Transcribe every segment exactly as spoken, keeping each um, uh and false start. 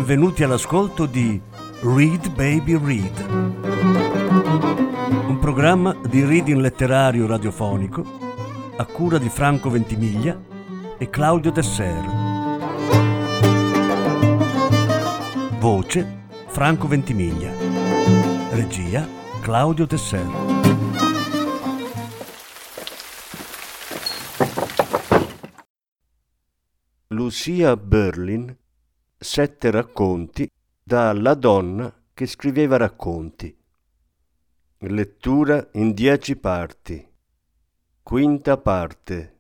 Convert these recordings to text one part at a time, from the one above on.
benvenuti all'ascolto di Read Baby Read, un programma di reading letterario radiofonico a cura di Franco Ventimiglia e Claudio Desser. Voce Franco Ventimiglia. Regia Claudio Desser. Lucia Berlin, Sette racconti da La donna che scriveva racconti. Lettura in dieci parti. Quinta parte.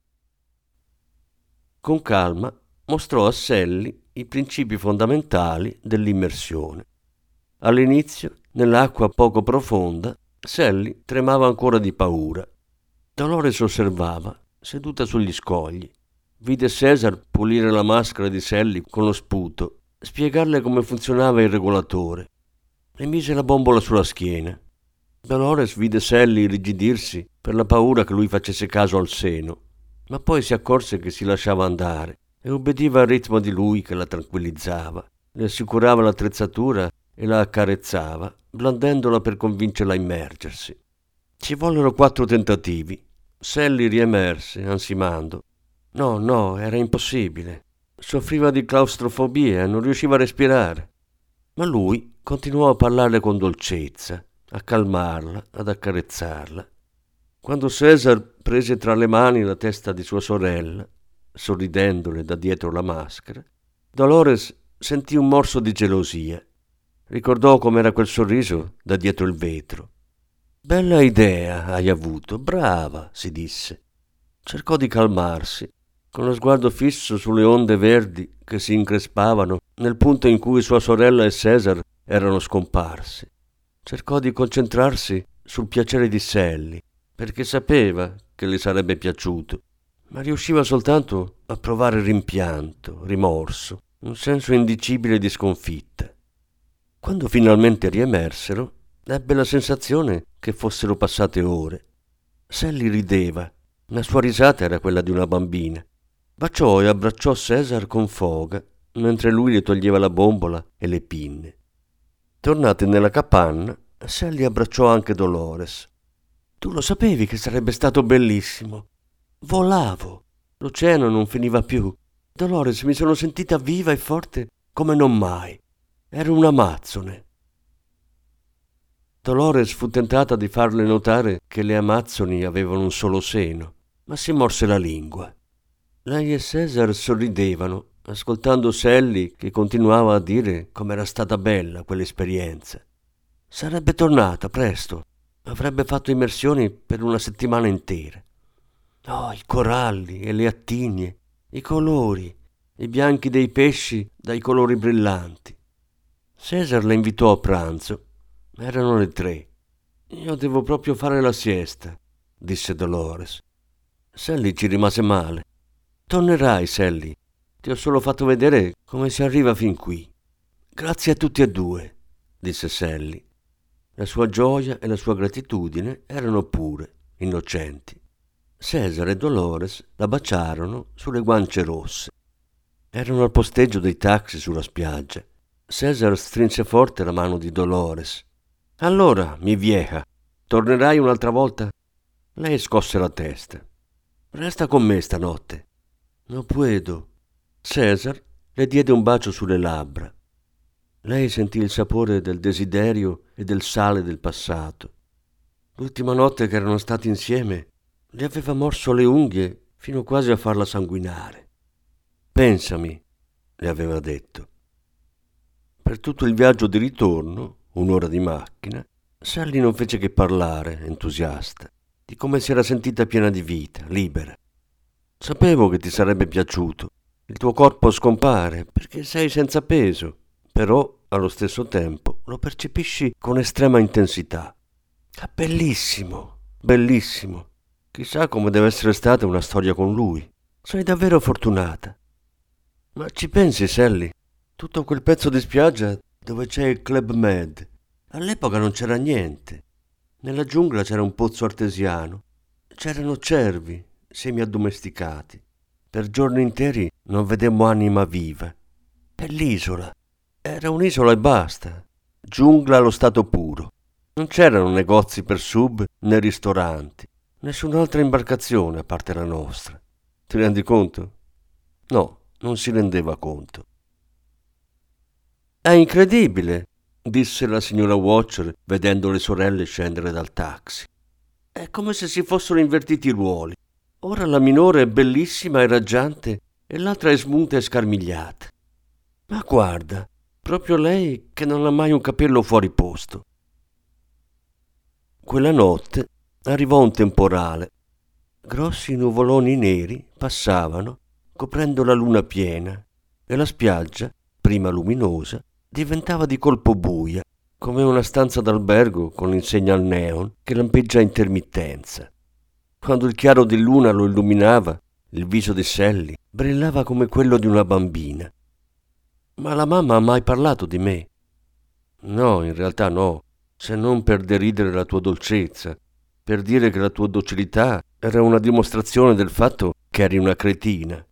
Con calma mostrò a Sally i principi fondamentali dell'immersione. All'inizio, nell'acqua poco profonda, Sally tremava ancora di paura. Dolores osservava, seduta sugli scogli. Vide César pulire la maschera di Sally con lo sputo, spiegarle come funzionava il regolatore. Le mise la bombola sulla schiena. Dolores vide Sally irrigidirsi per la paura che lui facesse caso al seno, ma poi si accorse che si lasciava andare e obbediva al ritmo di lui che la tranquillizzava, le assicurava l'attrezzatura e la accarezzava, blandendola per convincerla a immergersi. Ci vollero quattro tentativi. Sally riemerse, ansimando. No, no, era impossibile. Soffriva di claustrofobia e non riusciva a respirare. Ma lui continuò a parlarle con dolcezza, a calmarla, ad accarezzarla. Quando César prese tra le mani la testa di sua sorella, sorridendole da dietro la maschera, Dolores sentì un morso di gelosia. Ricordò com'era quel sorriso da dietro il vetro. «Bella idea hai avuto, brava», si disse. Cercò di calmarsi, con lo sguardo fisso sulle onde verdi che si increspavano nel punto in cui sua sorella e César erano scomparsi. Cercò di concentrarsi sul piacere di Sally, perché sapeva che le sarebbe piaciuto, ma riusciva soltanto a provare rimpianto, rimorso, un senso indicibile di sconfitta. Quando finalmente riemersero, ebbe la sensazione che fossero passate ore. Sally rideva. La sua risata era quella di una bambina. Baciò e abbracciò César con foga, mentre lui le toglieva la bombola e le pinne. Tornate nella capanna, Sally abbracciò anche Dolores. «Tu lo sapevi che sarebbe stato bellissimo? Volavo. L'oceano non finiva più. Dolores, mi sono sentita viva e forte come non mai. Ero un'amazzone». Dolores fu tentata di farle notare che le amazzoni avevano un solo seno, ma si morse la lingua. Lei e César sorridevano, ascoltando Sally che continuava a dire com'era stata bella quell'esperienza. Sarebbe tornata presto, avrebbe fatto immersioni per una settimana intera. Oh, i coralli e le attigne, i colori, i bianchi dei pesci dai colori brillanti. César la invitò a pranzo. Erano le tre. «Io devo proprio fare la siesta», disse Dolores. Sally ci rimase male. «Tornerai, Sally. Ti ho solo fatto vedere come si arriva fin qui». «Grazie a tutti e due», disse Sally. La sua gioia e la sua gratitudine erano pure, innocenti. César e Dolores la baciarono sulle guance rosse. Erano al posteggio dei taxi sulla spiaggia. César strinse forte la mano di Dolores. «Allora, mi vieja, tornerai un'altra volta?» Lei scosse la testa. «Resta con me stanotte». «No puedo». César le diede un bacio sulle labbra. Lei sentì il sapore del desiderio e del sale del passato. L'ultima notte che erano stati insieme le aveva morso le unghie fino quasi a farla sanguinare. «Pensami», le aveva detto. Per tutto il viaggio di ritorno, un'ora di macchina, Sally non fece che parlare, entusiasta, di come si era sentita piena di vita, libera. «Sapevo che ti sarebbe piaciuto. Il tuo corpo scompare perché sei senza peso, però allo stesso tempo lo percepisci con estrema intensità. È bellissimo, bellissimo. Chissà come deve essere stata una storia con lui. Sei davvero fortunata. Ma ci pensi, Sally? Tutto quel pezzo di spiaggia dove c'è il Club Med. All'epoca non c'era niente. Nella giungla c'era un pozzo artesiano. C'erano cervi, semi addomesticati. Per giorni interi non vedemmo anima viva. E l'isola, Era un'isola e basta, giungla allo stato puro. Non c'erano negozi per sub né ristoranti, nessun'altra imbarcazione a parte la nostra. Ti rendi conto? No, non si rendeva conto. È incredibile, disse la signora Watcher vedendo le sorelle scendere dal taxi. È come se si fossero invertiti i ruoli. Ora la minore è bellissima e raggiante e l'altra è smunta e scarmigliata. Ma guarda, proprio lei che non ha mai un capello fuori posto. Quella notte arrivò un temporale. Grossi nuvoloni neri passavano, coprendo la luna piena, e la spiaggia, prima luminosa, diventava di colpo buia, come una stanza d'albergo con l'insegna al neon che lampeggia a intermittenza. Quando il chiaro di luna lo illuminava, il viso di Sally brillava come quello di una bambina. Ma la mamma ha mai parlato di me? No, in realtà no, se non per deridere la tua dolcezza, per dire che la tua docilità era una dimostrazione del fatto che eri una cretina.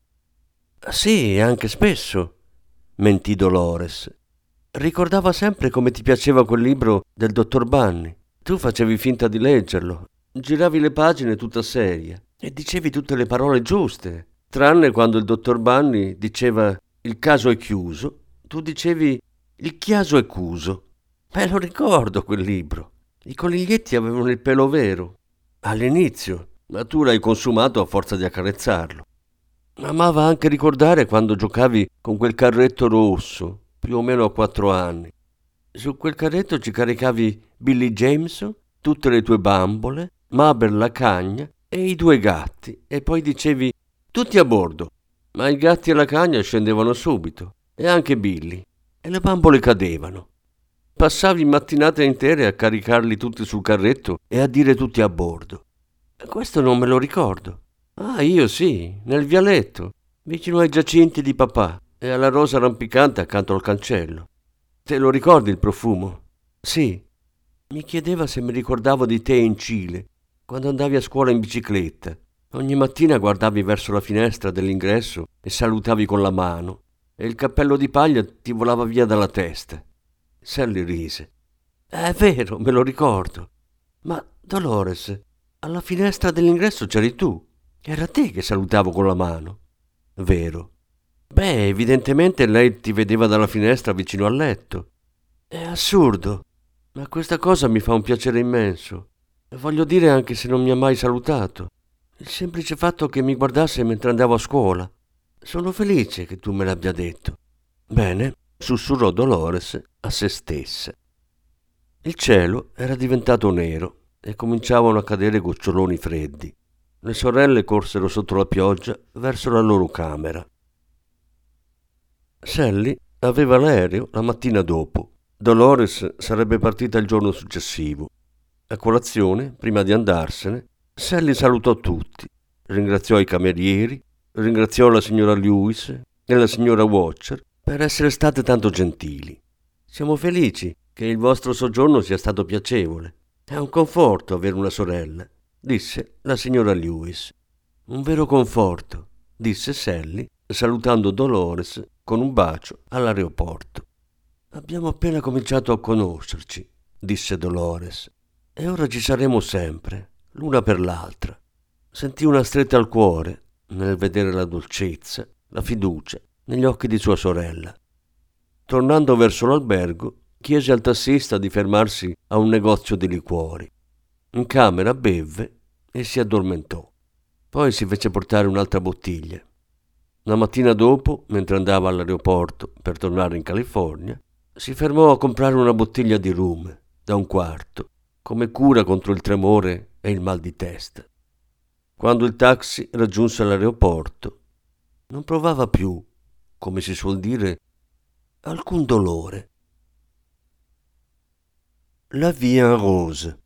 Sì, anche spesso, mentì Dolores. Ricordava sempre come ti piaceva quel libro del dottor Bunny. Tu facevi finta di leggerlo, giravi le pagine tutta seria e dicevi tutte le parole giuste, tranne quando il dottor Bunny diceva il caso è chiuso, tu dicevi il chiaso è chiuso. Me lo ricordo quel libro. I coniglietti avevano il pelo vero. All'inizio, ma tu l'hai consumato a forza di accarezzarlo. Amava anche ricordare quando giocavi con quel carretto rosso, più o meno a quattro anni. Su quel carretto ci caricavi Billy Jameson, tutte le tue bambole, Mabel la cagna e i due gatti, e poi dicevi tutti a bordo. Ma i gatti e la cagna scendevano subito, e anche Billy, e le bambole cadevano. Passavi mattinate intere a caricarli tutti sul carretto e a dire tutti a bordo. Questo non me lo ricordo. Ah, io sì, nel vialetto, vicino ai giacinti di papà e alla rosa rampicante accanto al cancello. Te lo ricordi il profumo? Sì. Mi chiedeva se mi ricordavo di te in Cile, quando andavi a scuola in bicicletta. Ogni mattina guardavi verso la finestra dell'ingresso e salutavi con la mano, e il cappello di paglia ti volava via dalla testa. Sally rise. È vero, me lo ricordo. Ma, Dolores, alla finestra dell'ingresso c'eri tu. Era te che salutavo con la mano. Vero. Beh, evidentemente lei ti vedeva dalla finestra vicino al letto. È assurdo, ma questa cosa mi fa un piacere immenso. E voglio dire anche se non mi ha mai salutato. Il semplice fatto che mi guardasse mentre andavo a scuola. Sono felice che tu me l'abbia detto. Bene, sussurrò Dolores a se stessa. Il cielo era diventato nero e cominciavano a cadere goccioloni freddi. Le sorelle corsero sotto la pioggia verso la loro camera. Sally aveva l'aereo la mattina dopo. Dolores sarebbe partita il giorno successivo. A colazione, prima di andarsene, Sally salutò tutti, ringraziò i camerieri, ringraziò la signora Lewis e la signora Watcher per essere state tanto gentili. Siamo felici che il vostro soggiorno sia stato piacevole. È un conforto avere una sorella, disse la signora Lewis. Un vero conforto, disse Sally, salutando Dolores con un bacio all'aeroporto. Abbiamo appena cominciato a conoscerci, disse Dolores, e ora ci saremo sempre, l'una per l'altra. Sentì una stretta al cuore nel vedere la dolcezza, la fiducia negli occhi di sua sorella. Tornando verso l'albergo, chiese al tassista di fermarsi a un negozio di liquori. In camera bevve e si addormentò. Poi si fece portare un'altra bottiglia. La mattina dopo, mentre andava all'aeroporto per tornare in California, si fermò a comprare una bottiglia di rum da un quarto, come cura contro il tremore e il mal di testa. Quando il taxi raggiunse l'aeroporto, non provava più, come si suol dire, alcun dolore. La vie en rose.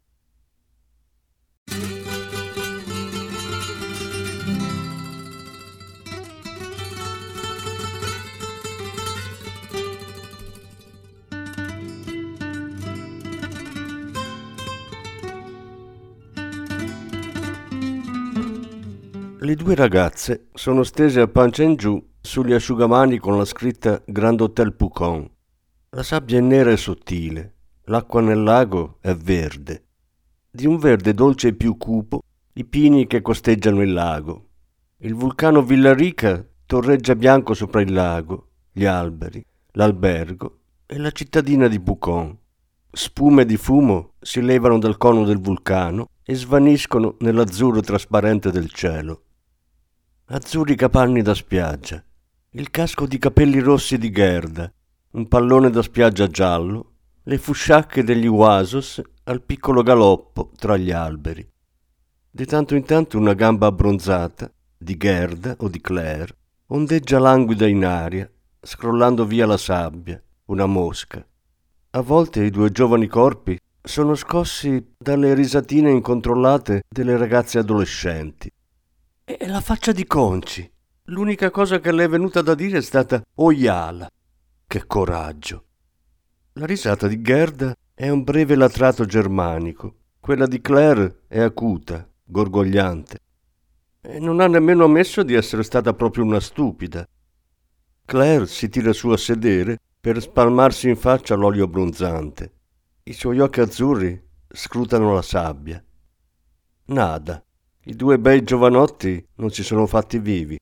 Le due ragazze sono stese a pancia in giù sugli asciugamani con la scritta Grand Hotel Pucon. La sabbia è nera e sottile, l'acqua nel lago è verde. Di un verde dolce e più cupo i pini che costeggiano il lago. Il vulcano Villarica torreggia bianco sopra il lago, gli alberi, l'albergo e la cittadina di Pucón. Spume di fumo si levano dal cono del vulcano e svaniscono nell'azzurro trasparente del cielo. Azzurri capanni da spiaggia, il casco di capelli rossi di Gerda, un pallone da spiaggia giallo, le fusciacche degli Oasos al piccolo galoppo tra gli alberi. Di tanto in tanto una gamba abbronzata, di Gerda o di Claire, ondeggia languida in aria, scrollando via la sabbia, una mosca. A volte i due giovani corpi sono scossi dalle risatine incontrollate delle ragazze adolescenti. E la faccia di Conci. L'unica cosa che le è venuta da dire è stata «Oiala». Che coraggio! La risata di Gerda è un breve latrato germanico. Quella di Claire è acuta, gorgogliante. E non ha nemmeno ammesso di essere stata proprio una stupida. Claire si tira su a sedere per spalmarsi in faccia l'olio abbronzante. I suoi occhi azzurri scrutano la sabbia. Nada. I due bei giovanotti non si sono fatti vivi.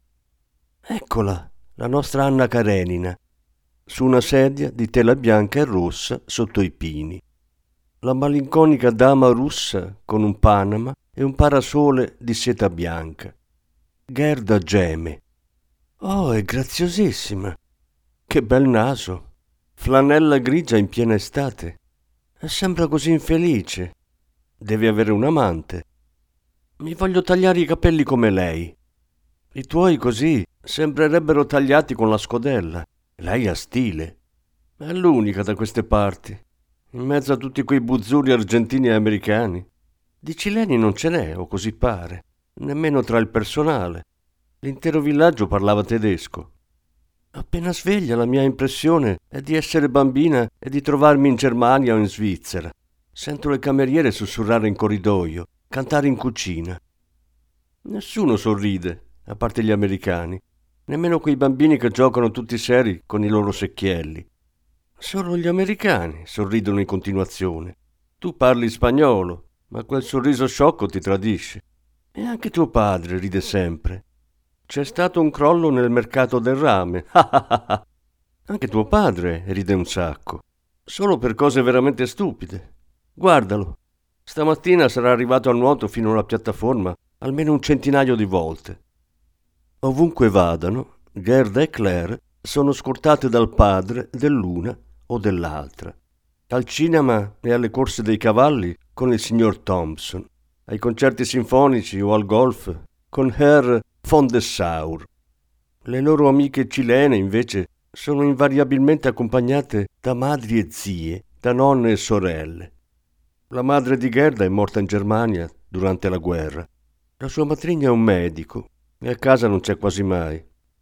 Eccola, la nostra Anna Karenina, su una sedia di tela bianca e rossa sotto i pini. La malinconica dama russa con un panama e un parasole di seta bianca. Gerda geme. Oh, è graziosissima. Che bel naso. Flanella grigia in piena estate. E sembra così infelice. Deve avere un amante. Mi voglio tagliare i capelli come lei. I tuoi così sembrerebbero tagliati con la scodella. Lei ha stile. È l'unica da queste parti. In mezzo a tutti quei buzzurri argentini e americani. Di cileni non ce n'è, o così pare. Nemmeno tra il personale. L'intero villaggio parlava tedesco. Appena sveglia la mia impressione è di essere bambina e di trovarmi in Germania o in Svizzera. Sento le cameriere sussurrare in corridoio, cantare in cucina. Nessuno sorride, a parte gli americani, nemmeno quei bambini che giocano tutti seri con i loro secchielli. Solo gli americani sorridono in continuazione. Tu parli spagnolo, ma quel sorriso sciocco ti tradisce. E anche tuo padre ride sempre. C'è stato un crollo nel mercato del rame. Anche tuo padre ride un sacco, solo per cose veramente stupide. Guardalo. Stamattina sarà arrivato a nuoto fino alla piattaforma almeno un centinaio di volte. Ovunque vadano, Gerda e Claire sono scortate dal padre dell'una o dell'altra. Al cinema e alle corse dei cavalli con il signor Thompson, ai concerti sinfonici o al golf con Herr von Dessau. Le loro amiche cilene, invece, sono invariabilmente accompagnate da madri e zie, da nonne e sorelle. La madre di Gerda è morta in Germania durante la guerra. La sua matrigna è un medico e a casa non c'è quasi mai.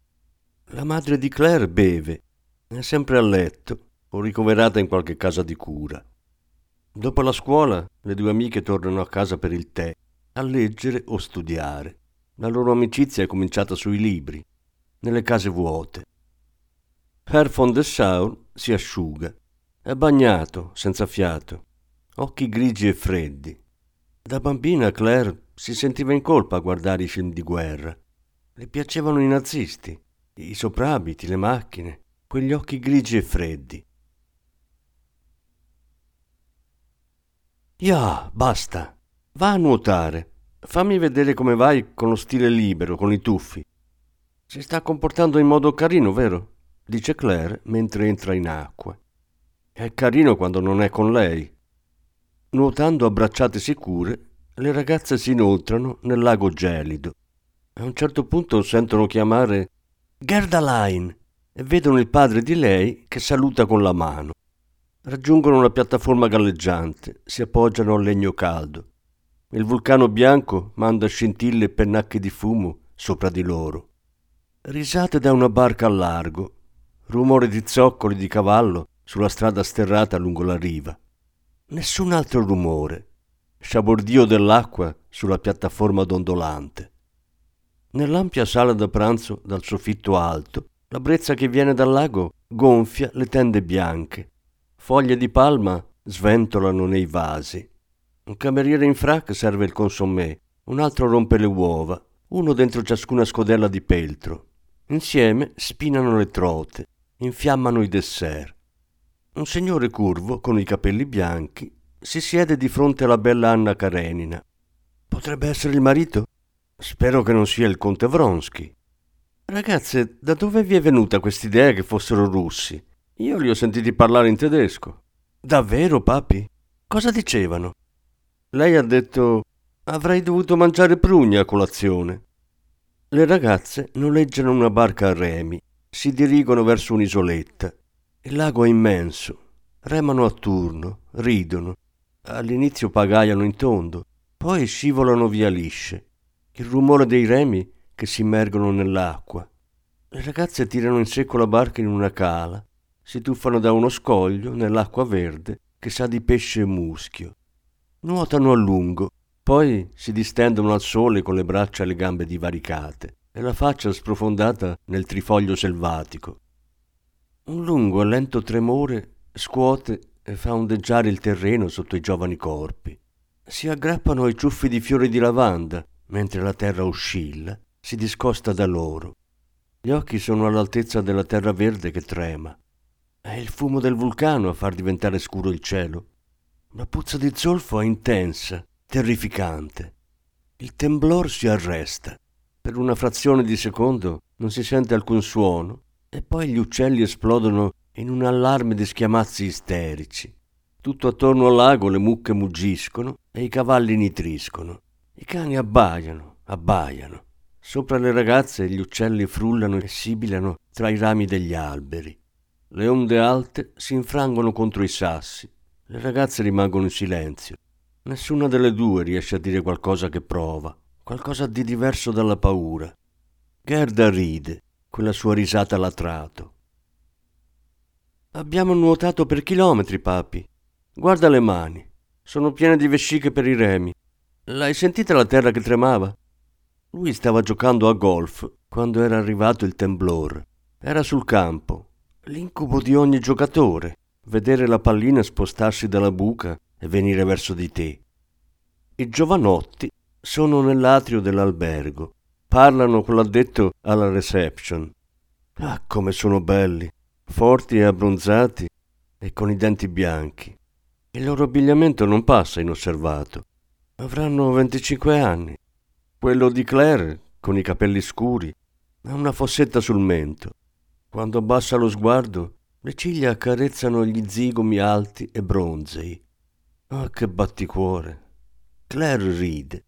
La madre di Claire beve, è sempre a letto o ricoverata in qualche casa di cura. Dopo la scuola, le due amiche tornano a casa per il tè, a leggere o studiare. La loro amicizia è cominciata sui libri, nelle case vuote. Herr von Dessau si asciuga, è bagnato, senza fiato, occhi grigi e freddi. Da bambina Claire si sentiva in colpa a guardare i film di guerra. Le piacevano i nazisti, i soprabiti, le macchine, quegli occhi grigi e freddi. Ja, basta, va a nuotare. Fammi vedere come vai con lo stile libero, con i tuffi. Si sta comportando in modo carino, vero? Dice Claire mentre entra in acqua. È carino quando non è con lei. Nuotando a bracciate sicure, le ragazze si inoltrano nel lago gelido. A un certo punto sentono chiamare Gerda Line e vedono il padre di lei che saluta con la mano. Raggiungono la piattaforma galleggiante, si appoggiano al legno caldo. Il vulcano bianco manda scintille e pennacchi di fumo sopra di loro. Risate da una barca al largo, rumore di zoccoli di cavallo sulla strada sterrata lungo la riva. Nessun altro rumore, sciabordio dell'acqua sulla piattaforma dondolante. Nell'ampia sala da pranzo dal soffitto alto, la brezza che viene dal lago gonfia le tende bianche, foglie di palma sventolano nei vasi. Un cameriere in frac serve il consommé, un altro rompe le uova, uno dentro ciascuna scodella di peltro. Insieme spinano le trote, infiammano i dessert. Un signore curvo, con i capelli bianchi, si siede di fronte alla bella Anna Karenina. Potrebbe essere il marito? Spero che non sia il conte Vronsky. Ragazze, da dove vi è venuta quest'idea che fossero russi? Io li ho sentiti parlare in tedesco. Davvero, papi? Cosa dicevano? Lei ha detto: avrei dovuto mangiare prugne a colazione. Le ragazze noleggiano una barca a remi, si dirigono verso un'isoletta. Il lago è immenso. Remano a turno, ridono. All'inizio pagaiano in tondo, poi scivolano via lisce. Il rumore dei remi che si immergono nell'acqua. Le ragazze tirano in secco la barca in una cala, si tuffano da uno scoglio nell'acqua verde che sa di pesce e muschio. Nuotano a lungo, poi si distendono al sole con le braccia e le gambe divaricate e la faccia sprofondata nel trifoglio selvatico. Un lungo e lento tremore scuote e fa ondeggiare il terreno sotto i giovani corpi. Si aggrappano ai ciuffi di fiori di lavanda, mentre la terra oscilla, si discosta da loro. Gli occhi sono all'altezza della terra verde che trema. È il fumo del vulcano a far diventare scuro il cielo. La puzza di zolfo è intensa, terrificante. Il temblor si arresta. Per una frazione di secondo non si sente alcun suono e poi gli uccelli esplodono in un allarme di schiamazzi isterici. Tutto attorno al lago le mucche muggiscono e i cavalli nitriscono. I cani abbaiano, abbaiano. Sopra le ragazze gli uccelli frullano e sibilano tra i rami degli alberi. Le onde alte si infrangono contro i sassi. Le ragazze rimangono in silenzio. Nessuna delle due riesce a dire qualcosa che prova, qualcosa di diverso dalla paura. Gerda ride, quella sua risata latrato. Abbiamo nuotato per chilometri, papi. Guarda le mani, sono piene di vesciche per i remi. L'hai sentita la terra che tremava? Lui stava giocando a golf quando era arrivato il temblor. Era sul campo. L'incubo di ogni giocatore, vedere la pallina spostarsi dalla buca e venire verso di te. I giovanotti sono nell'atrio dell'albergo. Parlano con l'addetto alla reception. Ah, come sono belli, forti e abbronzati e con i denti bianchi. Il loro abbigliamento non passa inosservato. Avranno venticinque anni. Quello di Claire, con i capelli scuri, ha una fossetta sul mento. Quando abbassa lo sguardo, le ciglia accarezzano gli zigomi alti e bronzei. Ah, che batticuore! Claire ride.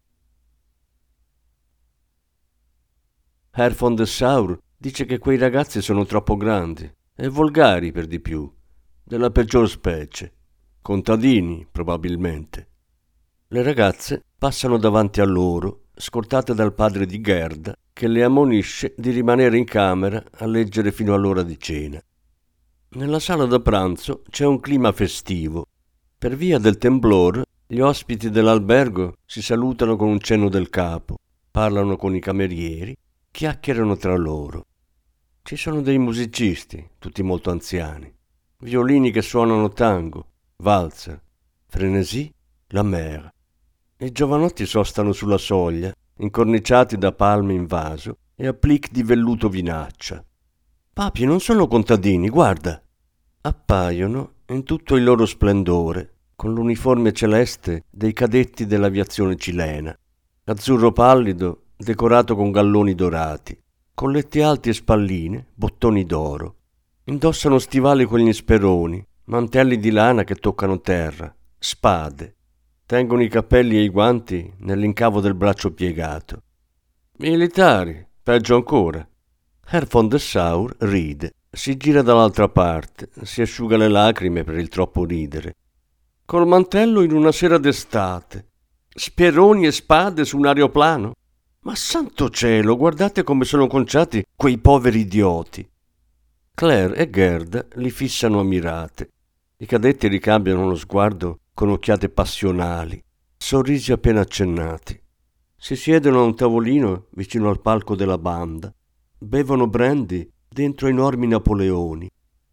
Herr von Dessau dice che quei ragazzi sono troppo grandi e volgari per di più, della peggior specie. Contadini, probabilmente. Le ragazze passano davanti a loro, scortate dal padre di Gerda, che le ammonisce di rimanere in camera a leggere fino all'ora di cena. Nella sala da pranzo c'è un clima festivo. Per via del temblor, gli ospiti dell'albergo si salutano con un cenno del capo, parlano con i camerieri, chiacchierano tra loro. Ci sono dei musicisti, tutti molto anziani, violini che suonano tango, valzer, frenesì, la mer. I giovanotti sostano sulla soglia, incorniciati da palme in vaso e applique di velluto vinaccia. Papi, non sono contadini, guarda! Appaiono in tutto il loro splendore, con l'uniforme celeste dei cadetti dell'aviazione cilena, azzurro pallido decorato con galloni dorati, colletti alti e spalline, bottoni d'oro. Indossano stivali con gli speroni, mantelli di lana che toccano terra, spade. Tengono i cappelli e i guanti nell'incavo del braccio piegato. Militari, peggio ancora. Herr von Dessau ride, si gira dall'altra parte, si asciuga le lacrime per il troppo ridere. Col mantello in una sera d'estate, speroni e spade su un aeroplano. Ma santo cielo, guardate come sono conciati quei poveri idioti. Claire e Gerda li fissano ammirate. I cadetti ricambiano lo sguardo con occhiate passionali, sorrisi appena accennati. Si siedono a un tavolino vicino al palco della banda, bevono brandy dentro enormi napoleoni.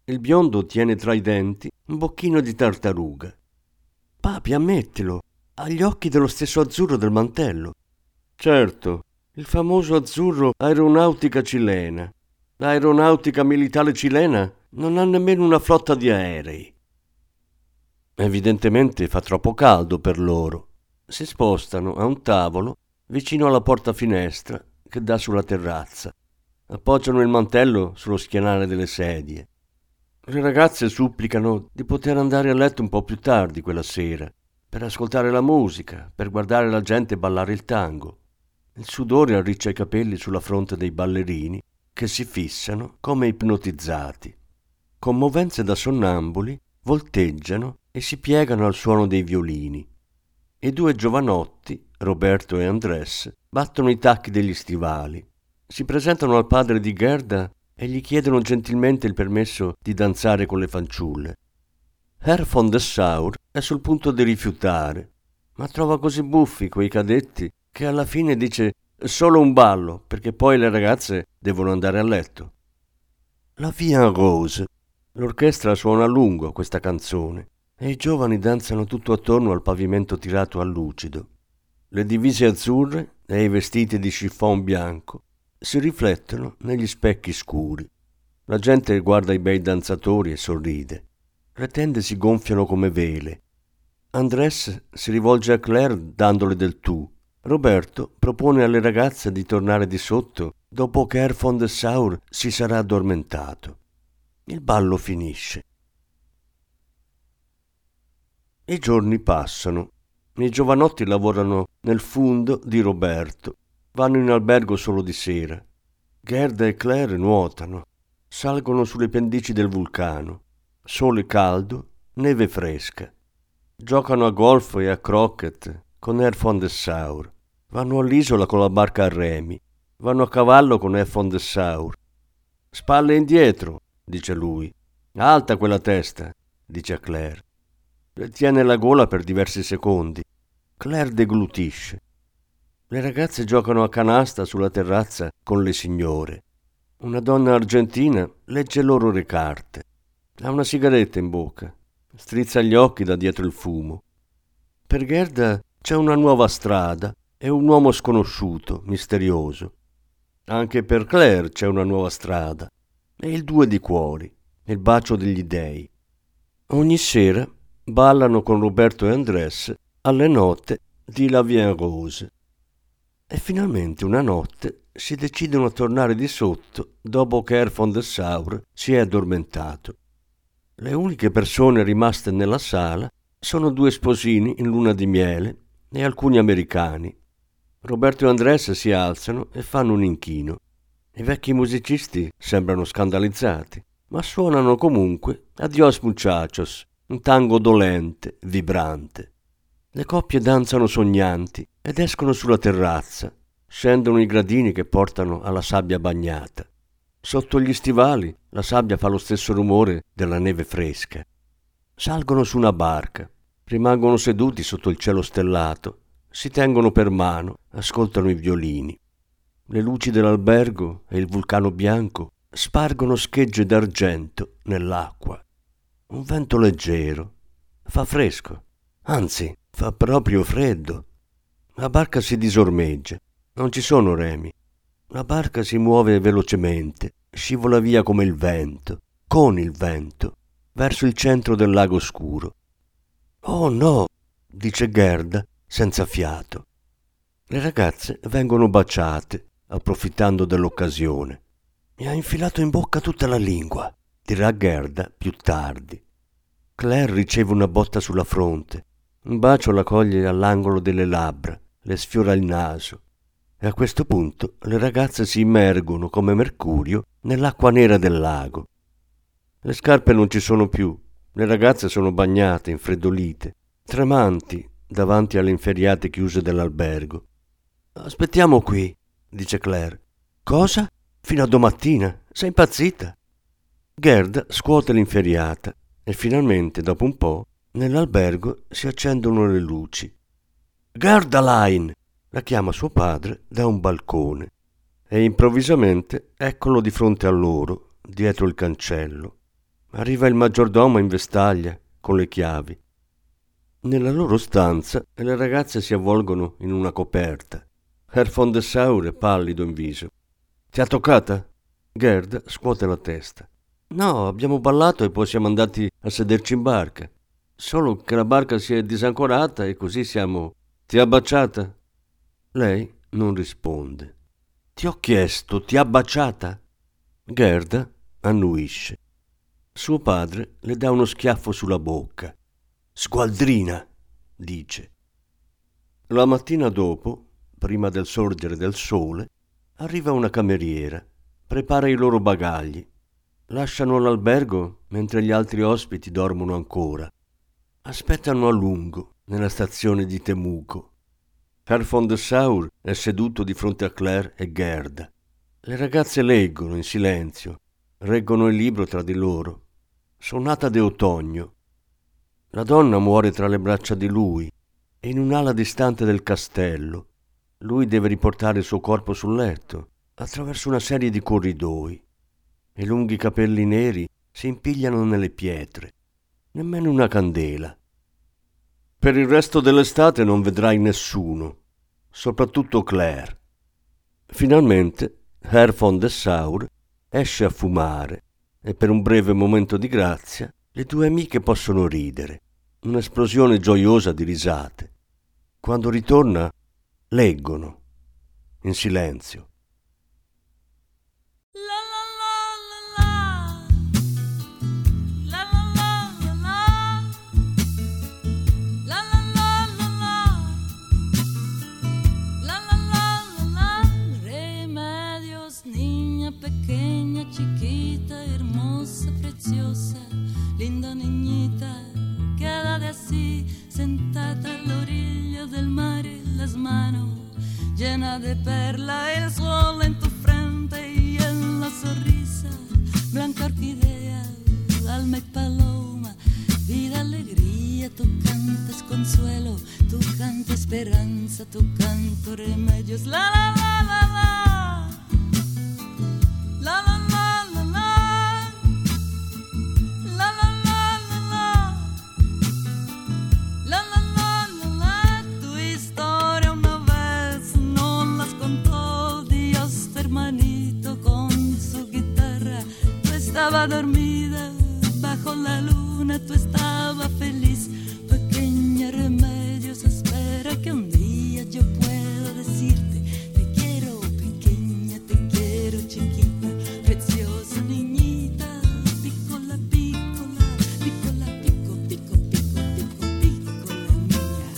Il biondo tiene tra i denti un bocchino di tartaruga. Papi, ammettilo, ha gli occhi dello stesso azzurro del mantello. Certo, il famoso azzurro aeronautica cilena. L'aeronautica militare cilena non ha nemmeno una flotta di aerei. Evidentemente fa troppo caldo per loro. Si spostano a un tavolo vicino alla porta finestra che dà sulla terrazza. Appoggiano il mantello sullo schienale delle sedie. Le ragazze supplicano di poter andare a letto un po' più tardi quella sera, per ascoltare la musica, per guardare la gente ballare il tango. Il sudore arriccia i capelli sulla fronte dei ballerini, che si fissano come ipnotizzati. Con movenze da sonnambuli, volteggiano e si piegano al suono dei violini. I due giovanotti, Roberto e Andrés, battono i tacchi degli stivali. Si presentano al padre di Gerda e gli chiedono gentilmente il permesso di danzare con le fanciulle. Herr von Dessau è sul punto di rifiutare, ma trova così buffi quei cadetti che alla fine dice solo un ballo, perché poi le ragazze devono andare a letto. La Vie en Rose. L'orchestra suona a lungo questa canzone e i giovani danzano tutto attorno al pavimento tirato a lucido. Le divise azzurre e i vestiti di chiffon bianco si riflettono negli specchi scuri. La gente guarda i bei danzatori e sorride. Le tende si gonfiano come vele. Andrés si rivolge a Claire dandole del tu. Roberto propone alle ragazze di tornare di sotto dopo che Herr von Dessau si sarà addormentato. Il ballo finisce. I giorni passano. I giovanotti lavorano nel fundo di Roberto. Vanno in albergo solo di sera. Gerda e Claire nuotano. Salgono sulle pendici del vulcano. Sole caldo, neve fresca. Giocano a golf e a croquet con Herr von Dessau. Vanno all'isola con la barca a remi. Vanno a cavallo con Herr von Dessau. Spalle indietro, dice lui. Alta quella testa, dice a Claire. Le tiene la gola per diversi secondi. Claire deglutisce. Le ragazze giocano a canasta sulla terrazza con le signore. Una donna argentina legge loro le carte. Ha una sigaretta in bocca. Strizza gli occhi da dietro il fumo. Per Gerda c'è una nuova strada e un uomo sconosciuto, misterioso. Anche per Claire c'è una nuova strada e il due di cuori, il bacio degli dèi. Ogni sera ballano con Roberto e Andrés alle note di La Vie en Rose. E finalmente una notte si decidono a tornare di sotto dopo che Herr von Dessau si è addormentato. Le uniche persone rimaste nella sala sono due sposini in luna di miele e alcuni americani. Roberto e Andrés si alzano e fanno un inchino. I vecchi musicisti sembrano scandalizzati, ma suonano comunque Adios muchachos, un tango dolente, vibrante. Le coppie danzano sognanti ed escono sulla terrazza. Scendono i gradini che portano alla sabbia bagnata. Sotto gli stivali la sabbia fa lo stesso rumore della neve fresca. Salgono su una barca, rimangono seduti sotto il cielo stellato, si tengono per mano, ascoltano i violini. Le luci dell'albergo e il vulcano bianco spargono schegge d'argento nell'acqua. Un vento leggero. Fa fresco. Anzi, fa proprio freddo. La barca si disormeggia. Non ci sono remi. La barca si muove velocemente, scivola via come il vento, con il vento, verso il centro del lago scuro. «Oh no!» dice Gerda, senza fiato. Le ragazze vengono baciate, approfittando dell'occasione. «Mi ha infilato in bocca tutta la lingua», dirà Gerda più tardi. Claire riceve una botta sulla fronte. Un bacio la coglie all'angolo delle labbra, le sfiora il naso. E a questo punto le ragazze si immergono come Mercurio nell'acqua nera del lago. Le scarpe non ci sono più. Le ragazze sono bagnate, infreddolite, tremanti davanti alle inferriate chiuse dell'albergo. «Aspettiamo qui», dice Claire. «Cosa? Fino a domattina? Sei impazzita?» Gerda scuote l'inferriata e finalmente, dopo un po', nell'albergo si accendono le luci. «Gerdalein!» la chiama suo padre da un balcone e improvvisamente eccolo di fronte a loro, dietro il cancello. Arriva il maggiordomo in vestaglia con le chiavi. Nella loro stanza le ragazze si avvolgono in una coperta. Herr von Dessau è pallido in viso. Ti ha toccata? Gerd scuote la testa. No, abbiamo ballato e poi siamo andati a sederci in barca. Solo che la barca si è disancorata e così siamo... Ti ha baciata? Lei non risponde. Ti ho chiesto, ti ha baciata? Gerda annuisce. Suo padre le dà uno schiaffo sulla bocca. Sgualdrina, dice. La mattina dopo, prima del sorgere del sole, arriva una cameriera, prepara i loro bagagli. Lasciano l'albergo mentre gli altri ospiti dormono ancora. Aspettano a lungo nella stazione di Temuco. Herr von Dessau è seduto di fronte a Claire e Gerda. Le ragazze leggono in silenzio, reggono il libro tra di loro. Sonata d'autunno. La donna muore tra le braccia di lui e in un'ala distante del castello. Lui deve riportare il suo corpo sul letto attraverso una serie di corridoi. I lunghi capelli neri si impigliano nelle pietre. Nemmeno una candela. Per il resto dell'estate non vedrai nessuno, soprattutto Claire. Finalmente Herr von Dessau esce a fumare e per un breve momento di grazia le due amiche possono ridere, un'esplosione gioiosa di risate. Quando ritorna, leggono, in silenzio. Pequeña, chiquita, hermosa, preciosa, linda niñita, quédate así, sentada a la orilla del mar y las manos llenas de perla, el sol en tu frente y en la sonrisa, blanca orquídea, alma y paloma, vida, alegría, tu cantas consuelo, tu canto esperanza, tu canto remedios, la la la la la. La la la la la, la la la la la, la la la la la. Tu historia una vez no las contó Dios, tu hermanito con su guitarra. Tú estabas dormida bajo la luna, tú estabas feliz. Pequeña Remedios, espera que un día yo pueda decirte te quiero, pequeña, te quiero, chiquita. Preciosa niñita, piccola, piccola, piccola, picco, picco, picco, picco, piccola mia.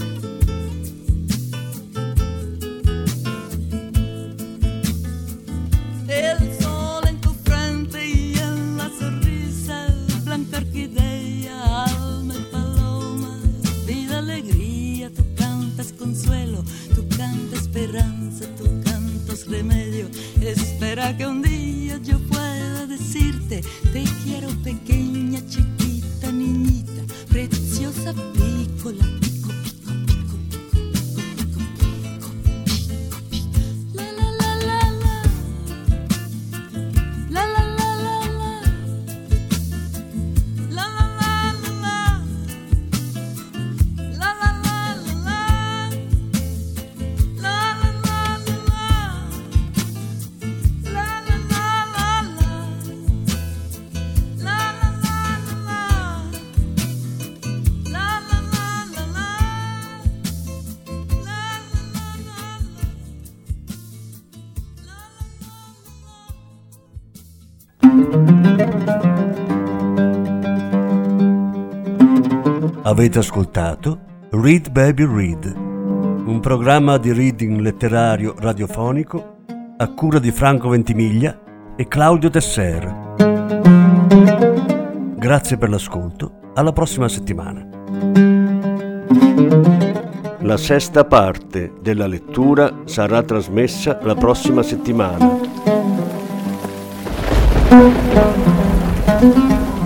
El sol en tu frente y en la sonrisa, blanca orquídea, alma y paloma, vida, alegría, tú cantas consuelo, tú cantas esperanza, tú cantas remedio. Espera que un día yo pueda decirte te quiero, pequeña, chiquita, niñita, preciosa, piccola, pico, pico, pico, pico, pico, pico, pico, la la la la la, la la la la la, la la la la, la la la la, la la la la. Avete ascoltato Read Baby Read, un programma di reading letterario radiofonico a cura di Franco Ventimiglia e Claudio Tesser. Grazie per l'ascolto, alla prossima settimana. La sesta parte della lettura sarà trasmessa la prossima settimana.